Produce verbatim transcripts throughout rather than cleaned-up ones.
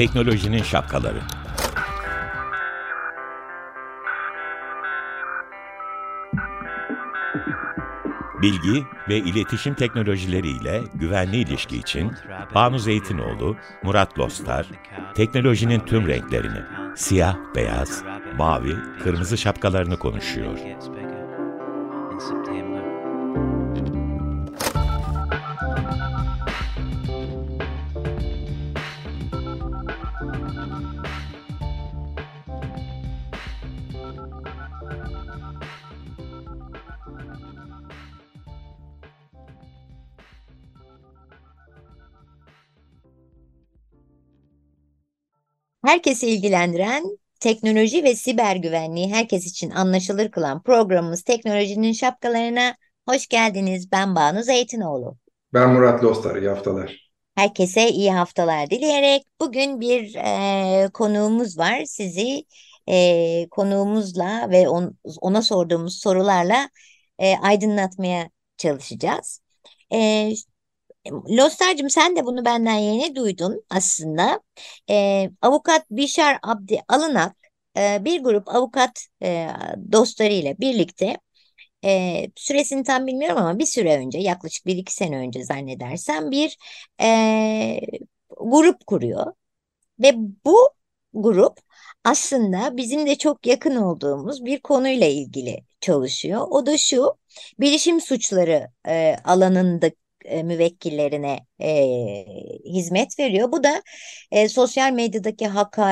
Teknolojinin şapkaları. Bilgi ve iletişim teknolojileriyle güvenli ilişki için Banu Zeytinoğlu, Murat Lostar, teknolojinin tüm renklerini, siyah, beyaz, mavi, kırmızı şapkalarını konuşuyor. Herkesi ilgilendiren teknoloji ve siber güvenliği herkes için anlaşılır kılan programımız Teknolojinin Şapkalarına hoş geldiniz. Ben Banu Zeytinoğlu. Ben Murat Lostar, iyi haftalar. Herkese iyi haftalar dileyerek bugün bir e, konuğumuz var. Sizi e, konuğumuzla ve on- ona sorduğumuz sorularla e, aydınlatmaya çalışacağız. E, Lostar'cığım sen de bunu benden yeni duydun aslında. Ee, avukat Bişar Abdi Alınak e, bir grup avukat e, dostlarıyla birlikte e, süresini tam bilmiyorum ama bir süre önce yaklaşık bir iki sene önce zannedersem bir e, grup kuruyor. Ve bu grup aslında bizim de çok yakın olduğumuz bir konuyla ilgili çalışıyor. O da şu, bilişim suçları e, alanında e, müvekkillerine e, hizmet veriyor. Bu da e, sosyal medyadaki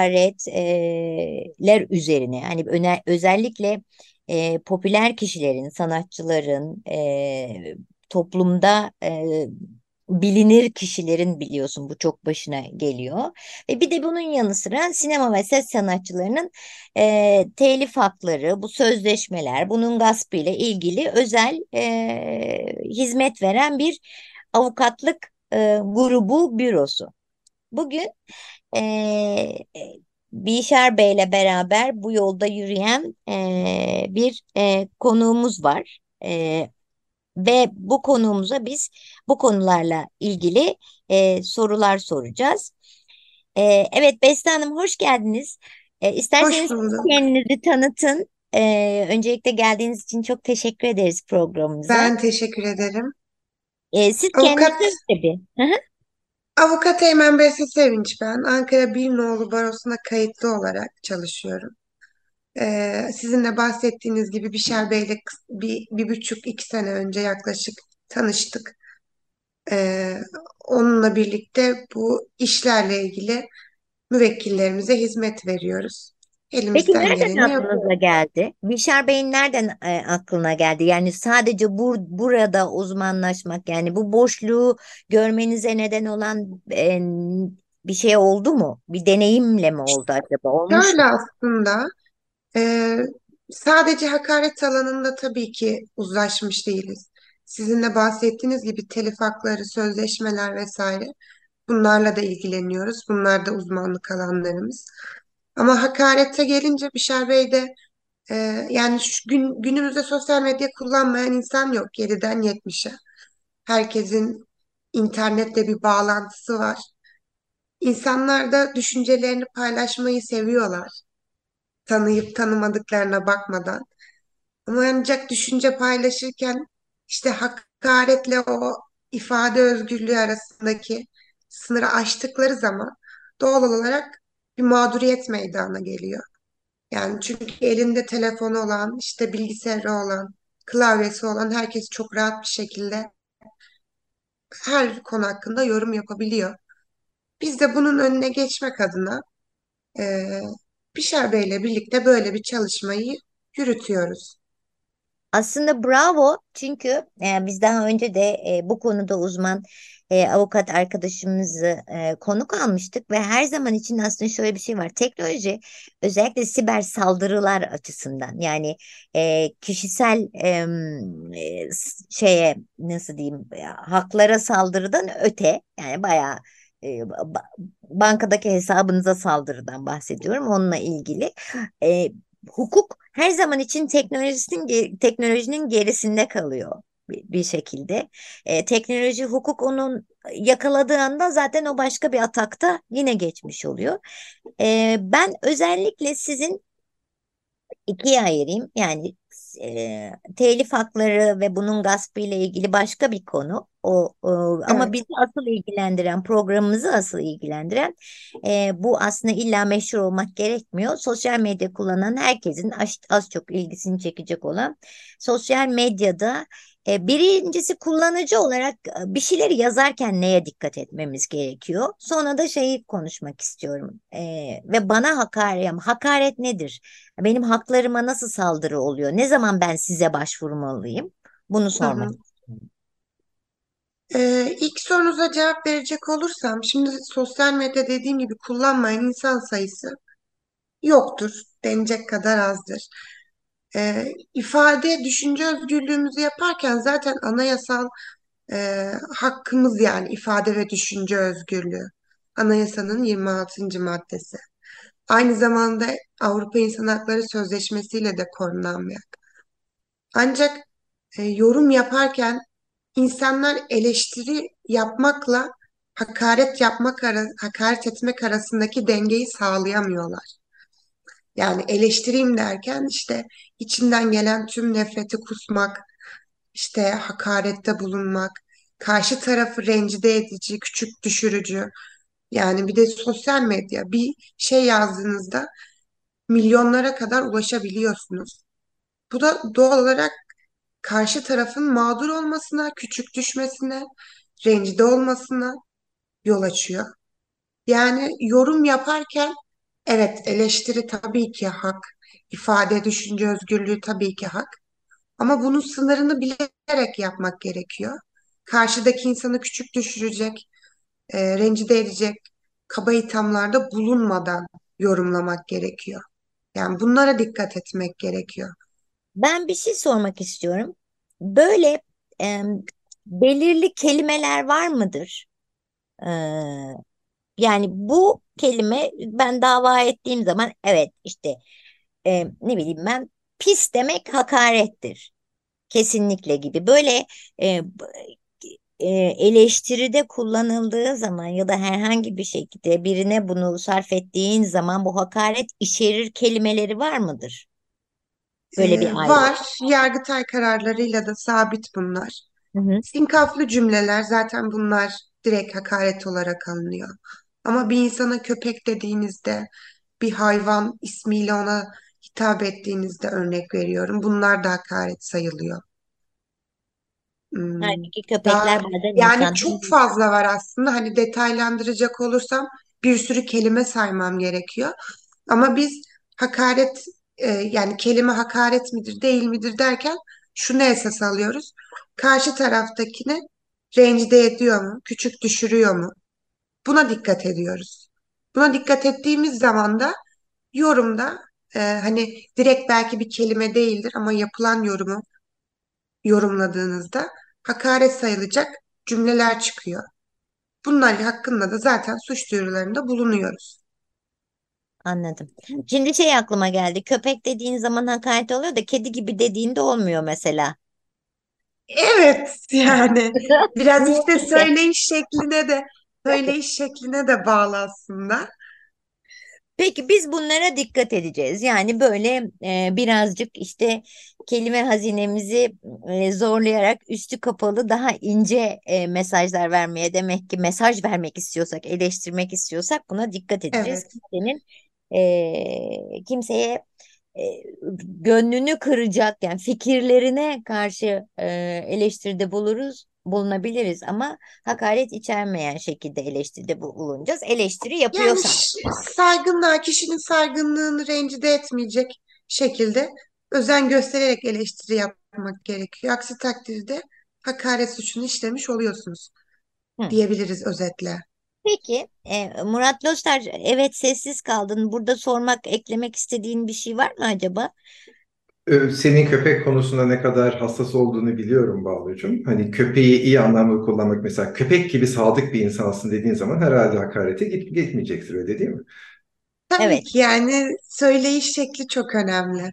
hakaretler üzerine, yani öne- özellikle e, popüler kişilerin, sanatçıların, e, toplumda e, bilinir kişilerin biliyorsun bu çok başına geliyor. Ve bir de bunun yanı sıra sinema ve ses sanatçılarının e, telif hakları, bu sözleşmeler, bunun gaspı ile ilgili özel e, hizmet veren bir avukatlık e, grubu, bürosu. Bugün e, Bişar Bey'le beraber bu yolda yürüyen e, bir e, konuğumuz var. E, ve bu konuğumuza biz bu konularla ilgili e, sorular soracağız. Ee, evet Beste Hanım hoş geldiniz. Ee, Hoş isterseniz bulduk. kendinizi tanıtın. Ee, öncelikle geldiğiniz için çok teşekkür ederiz programımıza. Ben teşekkür ederim. Ee, siz kendinizi Avukat tabii. Hı hı. Avukat Eymen Besi Sevinç ben. Ankara Bir Barosu'na kayıtlı olarak çalışıyorum. Ee, sizin de bahsettiğiniz gibi Bişer Bey'le kıs- bir, bir buçuk iki sene önce yaklaşık tanıştık. Ee, Onunla birlikte bu işlerle ilgili müvekkillerimize hizmet veriyoruz. Peki Elimizden nereden geleni aklınıza yapıyoruz. geldi? Bişar Bey'in nereden e, aklına geldi? Yani sadece bur burada uzmanlaşmak, yani bu boşluğu görmenize neden olan e, bir şey oldu mu? Bir deneyimle mi oldu acaba? Olmuş Şöyle mu? aslında Ee, sadece hakaret alanında tabii ki uzlaşmış değiliz. Sizin de bahsettiğiniz gibi telif hakları, sözleşmeler vesaire bunlarla da ilgileniyoruz. Bunlar da uzmanlık alanlarımız. Ama hakarete gelince Bişar Bey de e, yani şu gün, günümüzde sosyal medya kullanmayan insan yok yediden yetmişe. Herkesin internetle bir bağlantısı var. İnsanlar da düşüncelerini paylaşmayı seviyorlar. Tanıyıp tanımadıklarına bakmadan. Ama ancak düşünce paylaşırken işte hakaretle o ifade özgürlüğü arasındaki sınırı aştıkları zaman doğal olarak bir mağduriyet meydana geliyor. Yani çünkü elinde telefonu olan, işte bilgisayarı olan, klavyesi olan herkes çok rahat bir şekilde her konu hakkında yorum yapabiliyor. Biz de bunun önüne geçmek adına eee Bişar Bey'le birlikte böyle bir çalışmayı yürütüyoruz. Aslında bravo, çünkü e, biz daha önce de e, bu konuda uzman e, avukat arkadaşımızı e, konuk almıştık ve her zaman için aslında şöyle bir şey var. Teknoloji özellikle siber saldırılar açısından, yani e, kişisel em, e, s- şeye nasıl diyeyim, e, haklara saldırıdan öte, yani bayağı e, ba- bankadaki hesabınıza saldırıdan bahsediyorum, onunla ilgili. E, Hukuk her zaman için teknolojinin ge- teknolojinin gerisinde kalıyor bir, bir şekilde. E, teknoloji, hukuk onun yakaladığı anda zaten o başka bir atakta yine geçmiş oluyor. E, ben özellikle sizin ikiye ayırayım. Yani e, telif hakları ve bunun gaspı ile ilgili başka bir konu. O, o- ama Evet. bizi asıl ilgilendiren, programımızı asıl ilgilendiren e, bu aslında illa meşhur olmak gerekmiyor. Sosyal medya kullanan herkesin az, az çok ilgisini çekecek olan sosyal medyada e, birincisi kullanıcı olarak e, bir şeyleri yazarken neye dikkat etmemiz gerekiyor? Sonra da şeyi konuşmak istiyorum. E, ve bana hakaret, hakaret nedir? Benim haklarıma nasıl saldırı oluyor? Ne zaman ben size başvurmalıyım? Bunu Hı sormak hı. istiyorum. Ee, ilk sorunuza cevap verecek olursam, şimdi sosyal medya dediğim gibi kullanmayan insan sayısı yoktur, denecek kadar azdır. Ee, ifade, düşünce özgürlüğümüzü yaparken zaten anayasal e, hakkımız, yani ifade ve düşünce özgürlüğü. Anayasanın yirmi altıncı maddesi. Aynı zamanda Avrupa İnsan Hakları Sözleşmesi ile de korunan bir hak. Ancak e, yorum yaparken insanlar eleştiri yapmakla hakaret yapmak ara, hakaret etmek arasındaki dengeyi sağlayamıyorlar. Yani eleştireyim derken işte içinden gelen tüm nefreti kusmak, işte hakarette bulunmak, karşı tarafı rencide edici, küçük düşürücü. Yani bir de sosyal medya, bir şey yazdığınızda milyonlara kadar ulaşabiliyorsunuz. Bu da doğal olarak karşı tarafın mağdur olmasına, küçük düşmesine, rencide olmasına yol açıyor. Yani yorum yaparken evet, eleştiri tabii ki hak, ifade, düşünce özgürlüğü tabii ki hak. Ama bunun sınırını bilerek yapmak gerekiyor. Karşıdaki insanı küçük düşürecek, e, rencide edecek kaba ithamlarda bulunmadan yorumlamak gerekiyor. Yani bunlara dikkat etmek gerekiyor. Ben bir şey sormak istiyorum. Böyle e, belirli kelimeler var mıdır? Ee, yani bu kelime ben dava ettiğim zaman evet işte e, ne bileyim ben pis demek hakarettir. Kesinlikle gibi. Böyle e, b- e, eleştiride kullanıldığı zaman ya da herhangi bir şekilde birine bunu sarf ettiğin zaman bu hakaret içerir kelimeleri var mıdır? Böyle bir E, ayrım. var, Yargıtay kararlarıyla da sabit bunlar. Hı hı. Sinkaflı cümleler zaten, bunlar direkt hakaret olarak alınıyor. Ama bir insana köpek dediğinizde, bir hayvan ismiyle ona hitap ettiğinizde, örnek veriyorum, bunlar da hakaret sayılıyor. Hmm, Halbuki Daha köpekler bazen yani insan. çok fazla var aslında. Hani detaylandıracak olursam bir sürü kelime saymam gerekiyor. Ama biz hakaret, e, yani kelime hakaret midir değil midir derken şunu esas alıyoruz. Karşı taraftakini rencide ediyor mu? Küçük düşürüyor mu? Buna dikkat ediyoruz. Buna dikkat ettiğimiz zaman da yorumda, e, hani direkt belki bir kelime değildir ama yapılan yorumu yorumladığınızda hakaret sayılacak cümleler çıkıyor. Bunlar hakkında da zaten suç duyurularında bulunuyoruz. Anladım. Şimdi şey aklıma geldi. Köpek dediğin zaman hakaret oluyor da kedi gibi dediğinde olmuyor mesela. Evet, yani biraz Niye işte peki? söyleyiş şekline de söyleyiş şekline de bağlı aslında. Peki biz bunlara dikkat edeceğiz. Yani böyle e, birazcık işte kelime hazinemizi e, zorlayarak üstü kapalı daha ince e, mesajlar vermeye demek ki mesaj vermek istiyorsak, eleştirmek istiyorsak buna dikkat edeceğiz. Evet. Kimsenin e, kimseye e, gönlünü kıracak yani fikirlerine karşı e, eleştiride buluruz, bulunabiliriz ama hakaret içermeyen şekilde eleştiride bulunacağız. Eleştiri Yani yapıyorsak. ş- saygınlığa, kişinin saygınlığını rencide etmeyecek şekilde özen göstererek eleştiri yapmak gerekiyor. Aksi takdirde hakaret suçunu işlemiş oluyorsunuz Hı. diyebiliriz özetle. Peki, e, Murat Lostar, evet sessiz kaldın. Burada sormak, eklemek istediğin bir şey var mı acaba? Ee, Senin köpek konusunda ne kadar hassas olduğunu biliyorum Bağlıcığım. Hani köpeği iyi anlamda kullanmak, mesela köpek gibi sadık bir insansın dediğin zaman herhalde hakarete git, gitmeyecektir, öyle değil mi? Tabii Evet, ki, yani söyleyiş şekli çok önemli.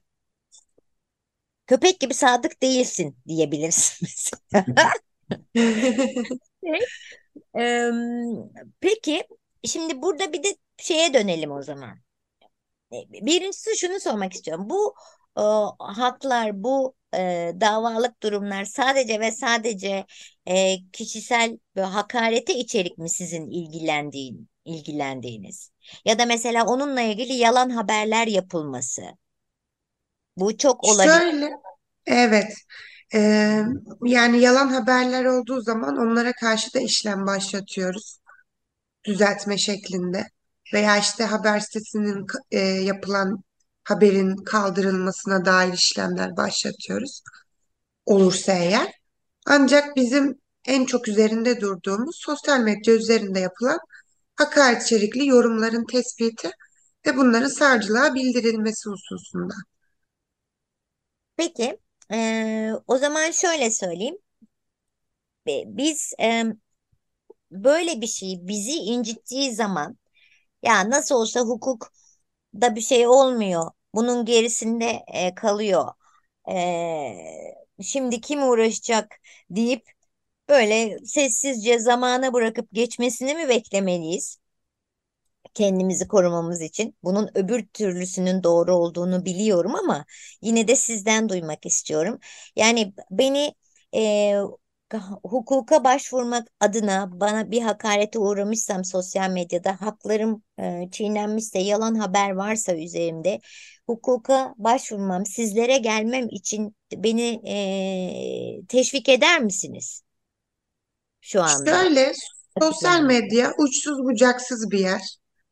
köpek gibi sadık değilsin diyebilirsin mesela. Eee, peki şimdi burada bir de şeye dönelim o zaman. E, Birincisi şunu sormak istiyorum. Bu e, haklar, bu e, davalık durumlar sadece ve sadece e, kişisel ve hakarete içerik mi sizin ilgilendiğin, ilgilendiğiniz? Ya da mesela onunla ilgili yalan haberler yapılması. Bu çok olabilir. Şöyle, evet, e, yani yalan haberler olduğu zaman onlara karşı da işlem başlatıyoruz. Düzeltme şeklinde. Veya işte haber sitesinin e, yapılan haberin kaldırılmasına dair işlemler başlatıyoruz. Olursa eğer. Ancak bizim en çok üzerinde durduğumuz sosyal medya üzerinde yapılan hakaret içerikli yorumların tespiti ve bunların savcılığa bildirilmesi hususunda. Peki, e, o zaman şöyle söyleyeyim. Bi- Biz e, böyle bir şey bizi incittiği zaman ya nasıl olsa hukukta bir şey olmuyor. Bunun gerisinde e, kalıyor. E, şimdi kim uğraşacak deyip böyle sessizce zamana bırakıp geçmesini mi beklemeliyiz? Kendimizi korumamız için. Bunun öbür türlüsünün doğru olduğunu biliyorum ama yine de sizden duymak istiyorum. Yani beni e, hukuka başvurmak adına bana bir hakarete uğramışsam sosyal medyada haklarım e, çiğnenmişse yalan haber varsa üzerimde hukuka başvurmam sizlere gelmem için beni e, teşvik eder misiniz şu anda Şöyle, sosyal açıklamam? medya uçsuz bucaksız bir yer.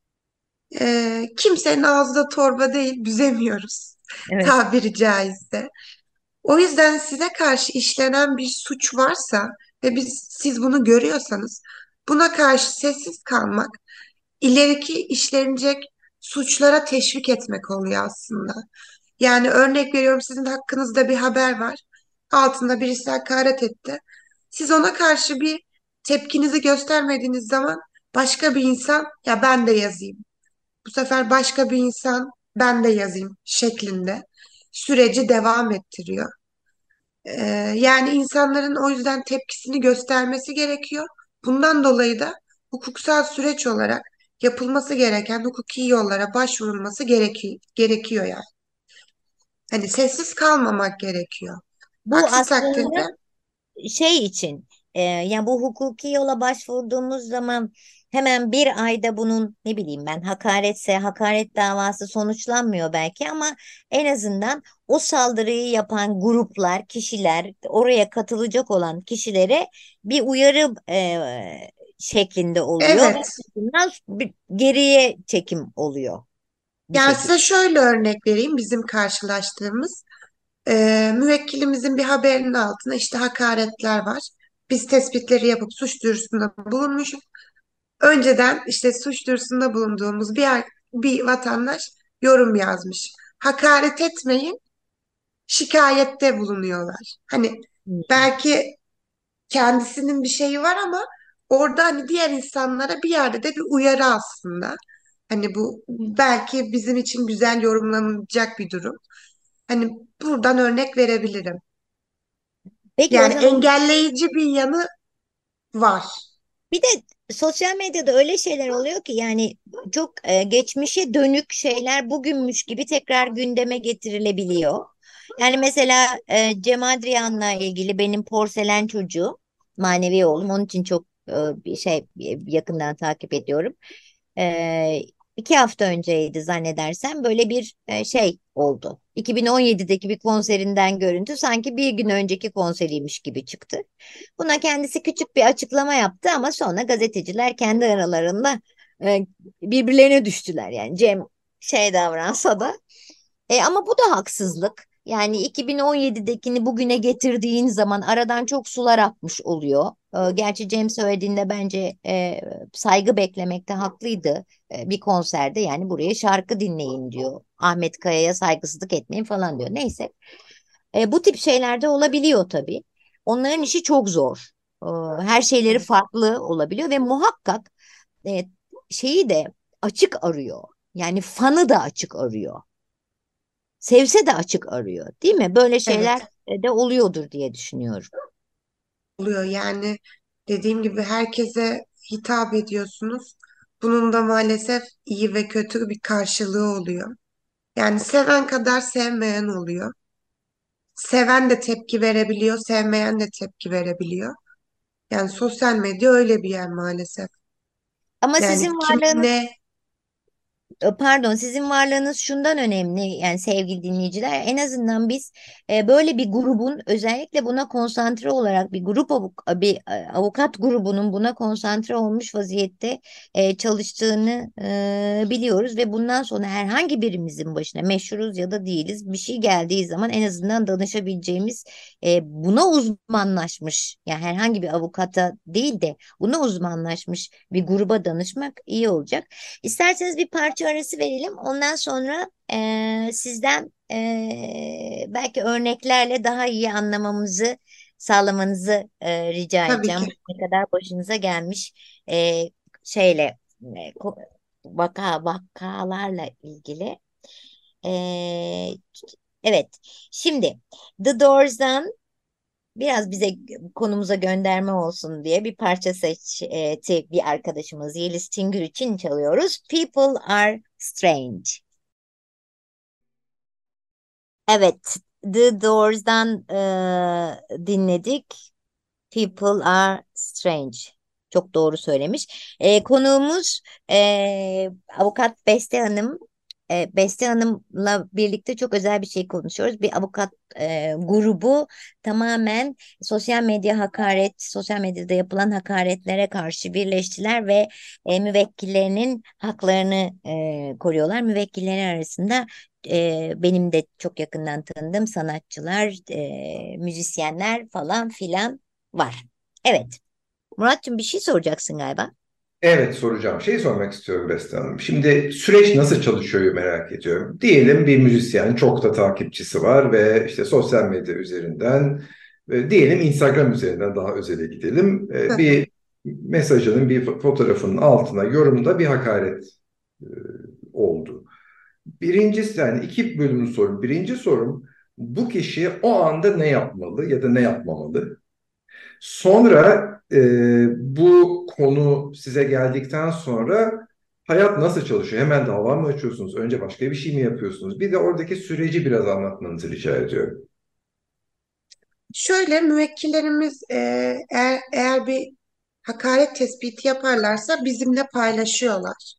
Ee, kimsenin ağzı da torba değil, büzemiyoruz Evet. tabiri caizse. O yüzden size karşı işlenen bir suç varsa ve biz siz bunu görüyorsanız buna karşı sessiz kalmak ileriki işlenecek suçlara teşvik etmek oluyor aslında. Yani örnek veriyorum, sizin hakkınızda bir haber var. Altında birisi hakaret etti. Siz ona karşı bir tepkinizi göstermediğiniz zaman başka bir insan ya ben de yazayım. Bu sefer başka bir insan ben de yazayım şeklinde süreci devam ettiriyor. Ee, yani insanların o yüzden tepkisini göstermesi gerekiyor. Bundan dolayı da hukuksal süreç olarak yapılması gereken hukuki yollara başvurulması gereki gerekiyor yani. Hani sessiz kalmamak gerekiyor. Bu Aksi takdirde aslında şey için e, yani bu hukuki yola başvurduğumuz zaman hemen bir ayda bunun ne bileyim ben hakaretse hakaret davası sonuçlanmıyor belki ama en azından o saldırıyı yapan gruplar, kişiler oraya katılacak olan kişilere bir uyarı e, şeklinde oluyor ve evet. bundan bir geriye çekim oluyor bir Yani şekilde. size şöyle örnek vereyim bizim karşılaştığımız. Ee, müvekkilimizin bir haberinin altına işte hakaretler var. Biz tespitleri yapıp suç duyurusunda bulunmuşuz. Önceden işte suç duyurusunda bulunduğumuz bir, bir vatandaş yorum yazmış. Hakaret etmeyin, şikayette bulunuyorlar. Hani Hmm. belki kendisinin bir şeyi var ama orada hani diğer insanlara bir yerde de bir uyarı aslında. Hani bu belki bizim için güzel yorumlanacak bir durum. Hani buradan örnek verebilirim. Peki o Yani zaman engelleyici bir yanı var. bir de sosyal medyada öyle şeyler oluyor ki yani çok e, geçmişe dönük şeyler bugünmüş gibi tekrar gündeme getirilebiliyor. Yani mesela e, Cem Adrian'la ilgili benim porselen çocuğum, manevi oğlum, onun için çok e, bir şey e, yakından takip ediyorum. E, iki hafta önceydi zannedersem böyle bir e, şey oldu. iki bin on yedideki bir konserinden görüntü sanki bir gün önceki konseriymiş gibi çıktı. Buna kendisi küçük bir açıklama yaptı ama sonra gazeteciler kendi aralarında e, birbirlerine düştüler. Yani Cem şey davransa da. E, ama bu da haksızlık. Yani iki bin on yedidekini bugüne getirdiğin zaman aradan çok sular akmış oluyor. E, gerçi Cem söylediğinde bence e, saygı beklemekte haklıydı e, bir konserde. Yani buraya şarkı dinleyin diyor. Ahmet Kaya'ya saygısızlık etmeyin falan diyor. Neyse. E, bu tip şeyler de olabiliyor tabii. Onların işi çok zor. E, her şeyleri Evet. farklı olabiliyor ve muhakkak e, şeyi de açık arıyor. Yani fanı da açık arıyor. Sevse de açık arıyor, değil mi? Böyle şeyler Evet, e, de oluyordur diye düşünüyorum. oluyor. Yani dediğim gibi herkese hitap ediyorsunuz. Bunun da maalesef iyi ve kötü bir karşılığı oluyor. Yani seven kadar sevmeyen oluyor. Seven de tepki verebiliyor, sevmeyen de tepki verebiliyor. Yani sosyal medya öyle bir yer maalesef. Ama sizin Yani kimin varlığınız ne E, Pardon, sizin varlığınız şundan önemli, yani sevgili dinleyiciler, en azından biz e, böyle bir grubun, özellikle buna konsantre olarak, bir grup avuk- bir e, avukat grubunun buna konsantre olmuş vaziyette e, çalıştığını e, biliyoruz ve bundan sonra herhangi birimizin başına, meşhuruz ya da değiliz, bir şey geldiği zaman en azından danışabileceğimiz, e, buna uzmanlaşmış, yani herhangi bir avukata değil de buna uzmanlaşmış bir gruba danışmak iyi olacak. İsterseniz bir parça arası verelim. Ondan sonra eee, sizden eee, belki örneklerle daha iyi anlamamızı sağlamanızı eee, rica tabii edeceğim. ki. Ne kadar başınıza gelmiş eee, şeyle eee, ko- vaka vakalarla ilgili. Eee, evet. Şimdi The Doors'dan biraz bize, konumuza gönderme olsun diye bir parça seçti bir arkadaşımız Yeliz Tingür için çalıyoruz. People Are Strange. Evet, The Doors'dan e, dinledik. People are strange. Çok doğru söylemiş. Ee, konuğumuz e, avukat Beste Hanım. E, Beste Hanım'la birlikte çok özel bir şey konuşuyoruz. Bir avukat e, grubu tamamen sosyal medya hakaret, sosyal medyada yapılan hakaretlere karşı birleştiler ve e, müvekkillerinin haklarını e, koruyorlar. Müvekkilleri arasında e, benim de çok yakından tanıdığım sanatçılar, e, müzisyenler falan filan var. Evet. Muratcığım, bir şey soracaksın galiba. Evet, soracağım. Şeyi sormak istiyorum Beste Hanım. Şimdi süreç nasıl çalışıyor merak ediyorum. Diyelim bir müzisyen çok da takipçisi var ve işte sosyal medya üzerinden, e, diyelim Instagram üzerinden, daha özele gidelim. E, bir mesajının, bir fo- fotoğrafının altına yorumda bir hakaret e, oldu. Birincisi, yani iki bölümlü sorum. Birinci sorum, bu kişi o anda ne yapmalı ya da ne yapmamalı? Sonra e, bu konu size geldikten sonra hayat nasıl çalışıyor? Hemen dava mı açıyorsunuz? Önce başka bir şey mi yapıyorsunuz? Bir de oradaki süreci biraz anlatmanızı rica ediyorum. Şöyle müvekkillerimiz e, eğer, eğer bir hakaret tespiti yaparlarsa bizimle paylaşıyorlar.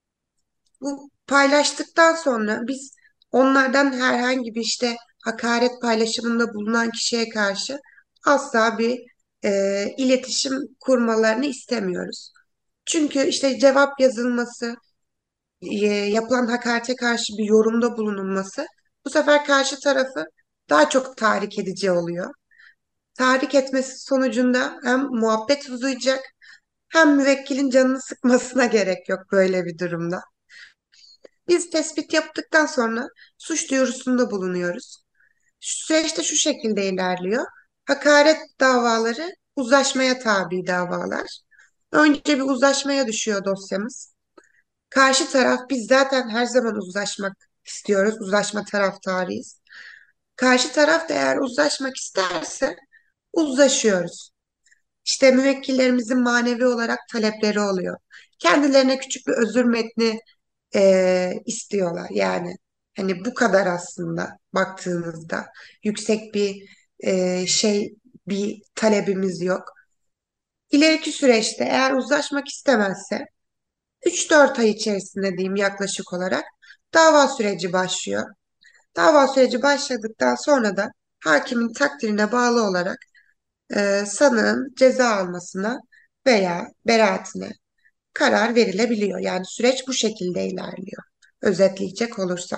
Bu paylaştıktan sonra biz onlardan herhangi bir işte hakaret paylaşımında bulunan kişiye karşı asla bir e, iletişim kurmalarını istemiyoruz. Çünkü işte cevap yazılması, e, yapılan hakarete karşı bir yorumda bulunulması bu sefer karşı tarafı daha çok tahrik edici oluyor. Tahrik etmesi sonucunda hem muhabbet uzayacak hem müvekkilin canını sıkmasına gerek yok böyle bir durumda. Biz tespit yaptıktan sonra suç duyurusunda bulunuyoruz. Şu süreçte şu şekilde ilerliyor. Hakaret davaları uzlaşmaya tabi davalar. Önce bir uzlaşmaya düşüyor dosyamız. Karşı taraf, biz zaten her zaman uzlaşmak istiyoruz. Uzlaşma taraftarıyız. Karşı taraf da eğer uzlaşmak isterse uzlaşıyoruz. İşte müvekkillerimizin manevi olarak talepleri oluyor. Kendilerine küçük bir özür metni e, istiyorlar. Yani hani bu kadar aslında baktığınızda yüksek bir e, şey bir talebimiz yok. İleriki süreçte eğer uzlaşmak istemezse üç dört ay içerisinde diyeyim yaklaşık olarak dava süreci başlıyor. Dava süreci başladıktan sonra da hakimin takdirine bağlı olarak e, sanığın ceza almasına veya beraatine karar verilebiliyor. Yani süreç bu şekilde ilerliyor. Özetleyecek olursa.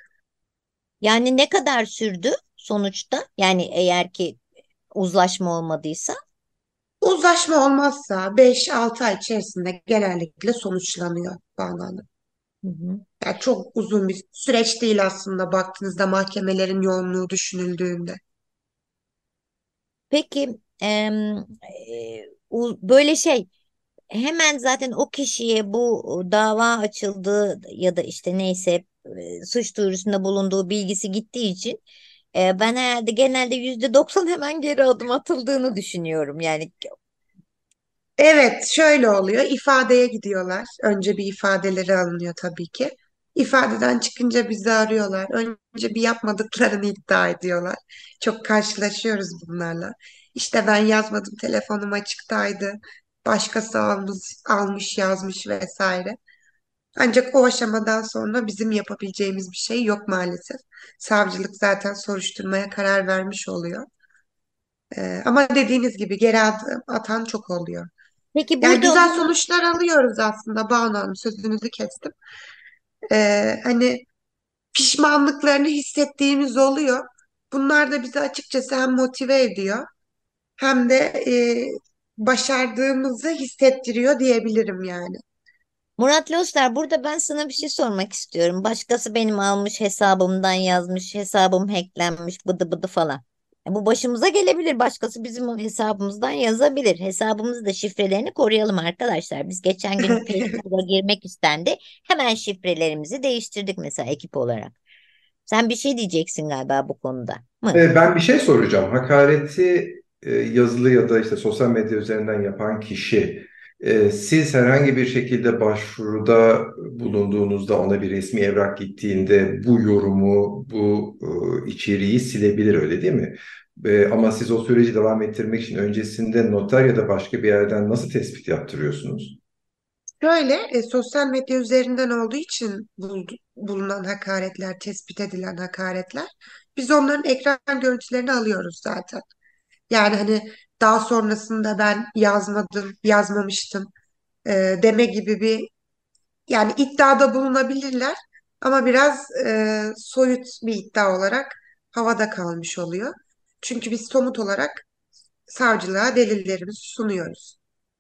Yani ne kadar sürdü sonuçta? Yani eğer ki uzlaşma olmadıysa. Uzlaşma olmazsa beş altı ay içerisinde genellikle sonuçlanıyor Banu Hanım. Hı hı. Yani çok uzun bir süreç değil aslında baktığınızda mahkemelerin yoğunluğu düşünüldüğünde. Peki em, e, u- böyle şey, hemen zaten o kişiye bu dava açıldığı ya da işte neyse e, suç duyurusunda bulunduğu bilgisi gittiği için e, ben herhalde genelde yüzde doksan hemen geri adım atıldığını düşünüyorum. Yani Evet, şöyle oluyor. İfadeye gidiyorlar. Önce bir ifadeleri alınıyor tabii ki. İfadeden çıkınca bizi arıyorlar. Önce bir yapmadıklarını iddia ediyorlar. Çok karşılaşıyoruz bunlarla. İşte ben yazmadım, telefonum açıktaydı. Başkası almış, almış yazmış vesaire. Ancak o aşamadan sonra bizim yapabileceğimiz bir şey yok maalesef. Savcılık zaten soruşturmaya karar vermiş oluyor. Ee, ama dediğiniz gibi geri adım atan çok oluyor. Peki Yani burada o güzel zaman sonuçlar alıyoruz aslında Banu Hanım, sözünüzü kestim. Ee, hani pişmanlıklarını hissettiğimiz oluyor. Bunlar da bizi açıkçası hem motive ediyor hem de e, başardığımızı hissettiriyor diyebilirim yani. Murat Lostar, burada ben sana bir şey sormak istiyorum. Başkası benim almış hesabımdan yazmış, hesabım hacklenmiş, bıdı bıdı falan. E, bu başımıza gelebilir. Başkası bizim o hesabımızdan yazabilir. Hesabımızı da şifrelerini koruyalım arkadaşlar. Biz geçen gün Facebook'a girmek istendi. Hemen şifrelerimizi değiştirdik mesela ekip olarak. Sen bir şey diyeceksin galiba bu konuda mı? E, Ben bir şey soracağım. Hakareti e, yazılı ya da işte sosyal medya üzerinden yapan kişi, e, siz herhangi bir şekilde başvuruda bulunduğunuzda ona bir resmi evrak gittiğinde bu yorumu, bu e, içeriği silebilir öyle değil mi? E, ama siz o süreci devam ettirmek için öncesinde noter ya da başka bir yerden nasıl tespit yaptırıyorsunuz? Şöyle e, sosyal medya üzerinden olduğu için buldu- bulunan hakaretler, tespit edilen hakaretler, biz onların ekran görüntülerini alıyoruz zaten. Yani hani daha sonrasında ben yazmadım, yazmamıştım e, deme gibi bir yani iddiada bulunabilirler ama biraz e, soyut bir iddia olarak havada kalmış oluyor. Çünkü biz somut olarak savcılığa delillerimizi sunuyoruz.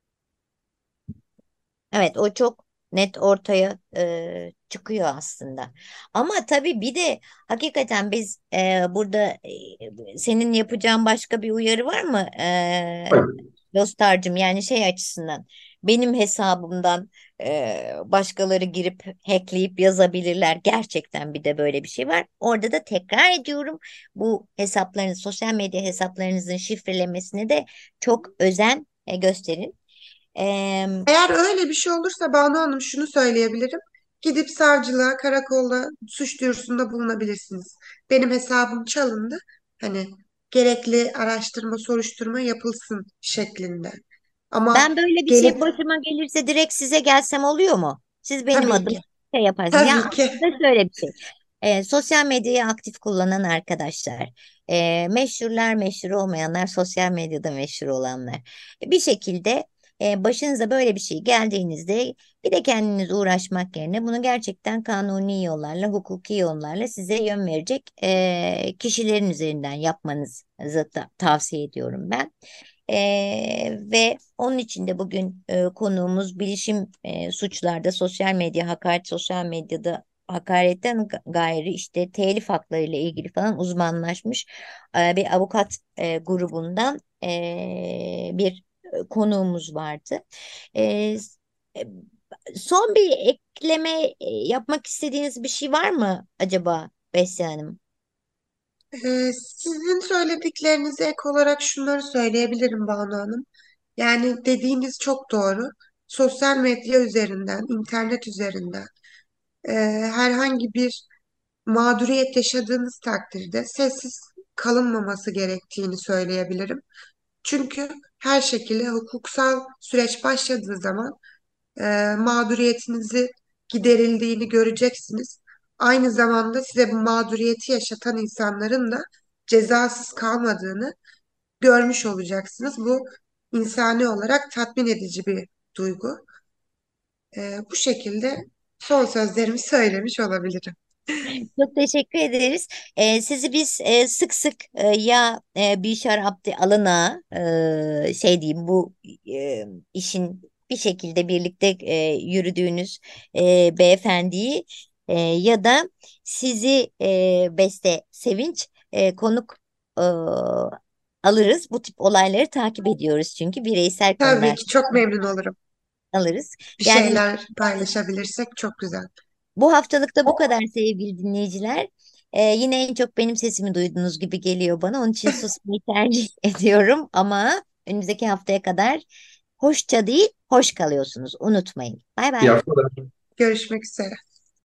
Evet, o çok net ortaya e, çıkıyor aslında. Ama tabii bir de hakikaten biz e, burada e, senin yapacağın başka bir uyarı var mı? E, Hayır. Dostlarcığım, yani şey açısından benim hesabımdan e, başkaları girip hackleyip yazabilirler. Gerçekten bir de böyle bir şey var. Orada da tekrar ediyorum, bu hesaplarınız, sosyal medya hesaplarınızın şifrelemesine de çok özen e, gösterin. Eğer öyle bir şey olursa Banu Hanım şunu söyleyebilirim. Gidip savcılığa, karakolda suç duyurusunda bulunabilirsiniz. Benim hesabım çalındı. Hani gerekli araştırma, soruşturma yapılsın şeklinde. Ama Ben böyle bir şey gelip başıma gelirse direkt size gelsem oluyor mu? Siz benim tabii adıma ki, şey yaparsınız. Ya tabii ki. aslında şöyle bir şey. Ee, sosyal medyayı aktif kullanan arkadaşlar, e, meşhurlar, meşhur olmayanlar, sosyal medyada meşhur olanlar. Bir şekilde e, başınıza böyle bir şey geldiğinizde bir de kendiniz uğraşmak yerine bunu gerçekten kanuni yollarla, hukuki yollarla size yön verecek e, kişilerin üzerinden yapmanızı ta- tavsiye ediyorum ben. Ee, ve onun için de bugün e, konuğumuz bilişim e, suçlarda sosyal medya hakaret, sosyal medyada hakaretten ga- gayri işte telif hakları ile ilgili falan uzmanlaşmış e, bir avukat e, grubundan e, bir e, konuğumuz vardı. E, s- e, Son bir ekleme e, yapmak istediğiniz bir şey var mı acaba Besya Hanım? Ee, sizin söylediklerinize ek olarak şunları söyleyebilirim Banu Hanım. Yani dediğiniz çok doğru. Sosyal medya üzerinden, internet üzerinden e, herhangi bir mağduriyet yaşadığınız takdirde sessiz kalınmaması gerektiğini söyleyebilirim. Çünkü her şekilde hukuksal süreç başladığı zaman e, mağduriyetinizi giderildiğini göreceksiniz. Aynı zamanda size bu mağduriyeti yaşatan insanların da cezasız kalmadığını görmüş olacaksınız. Bu insani olarak tatmin edici bir duygu. E, bu şekilde son sözlerimi söylemiş olabilirim. Çok teşekkür ederiz. Ee, sizi biz e, sık sık e, ya e, Bişar Abdi Alın'a e, şey diyeyim, bu e, işin bir şekilde birlikte e, yürüdüğünüz e, beyefendiyi e, ya da sizi e, Beste Sevinç e, konuk e, alırız. Bu tip olayları takip ediyoruz çünkü bireysel Tabii konular ki çok memnun olurum. alırız. Bir Geldiğiniz şeyler paylaşabilirsek çok güzel. Bu haftalıkta bu kadar sevgili dinleyiciler. Ee, yine en çok benim sesimi duyduğunuz gibi geliyor bana. Onun için susmayı tercih ediyorum ama önümüzdeki haftaya kadar Hoşça değil, hoş kalıyorsunuz. Unutmayın. Bay İyi bay. haftalar. Görüşmek üzere.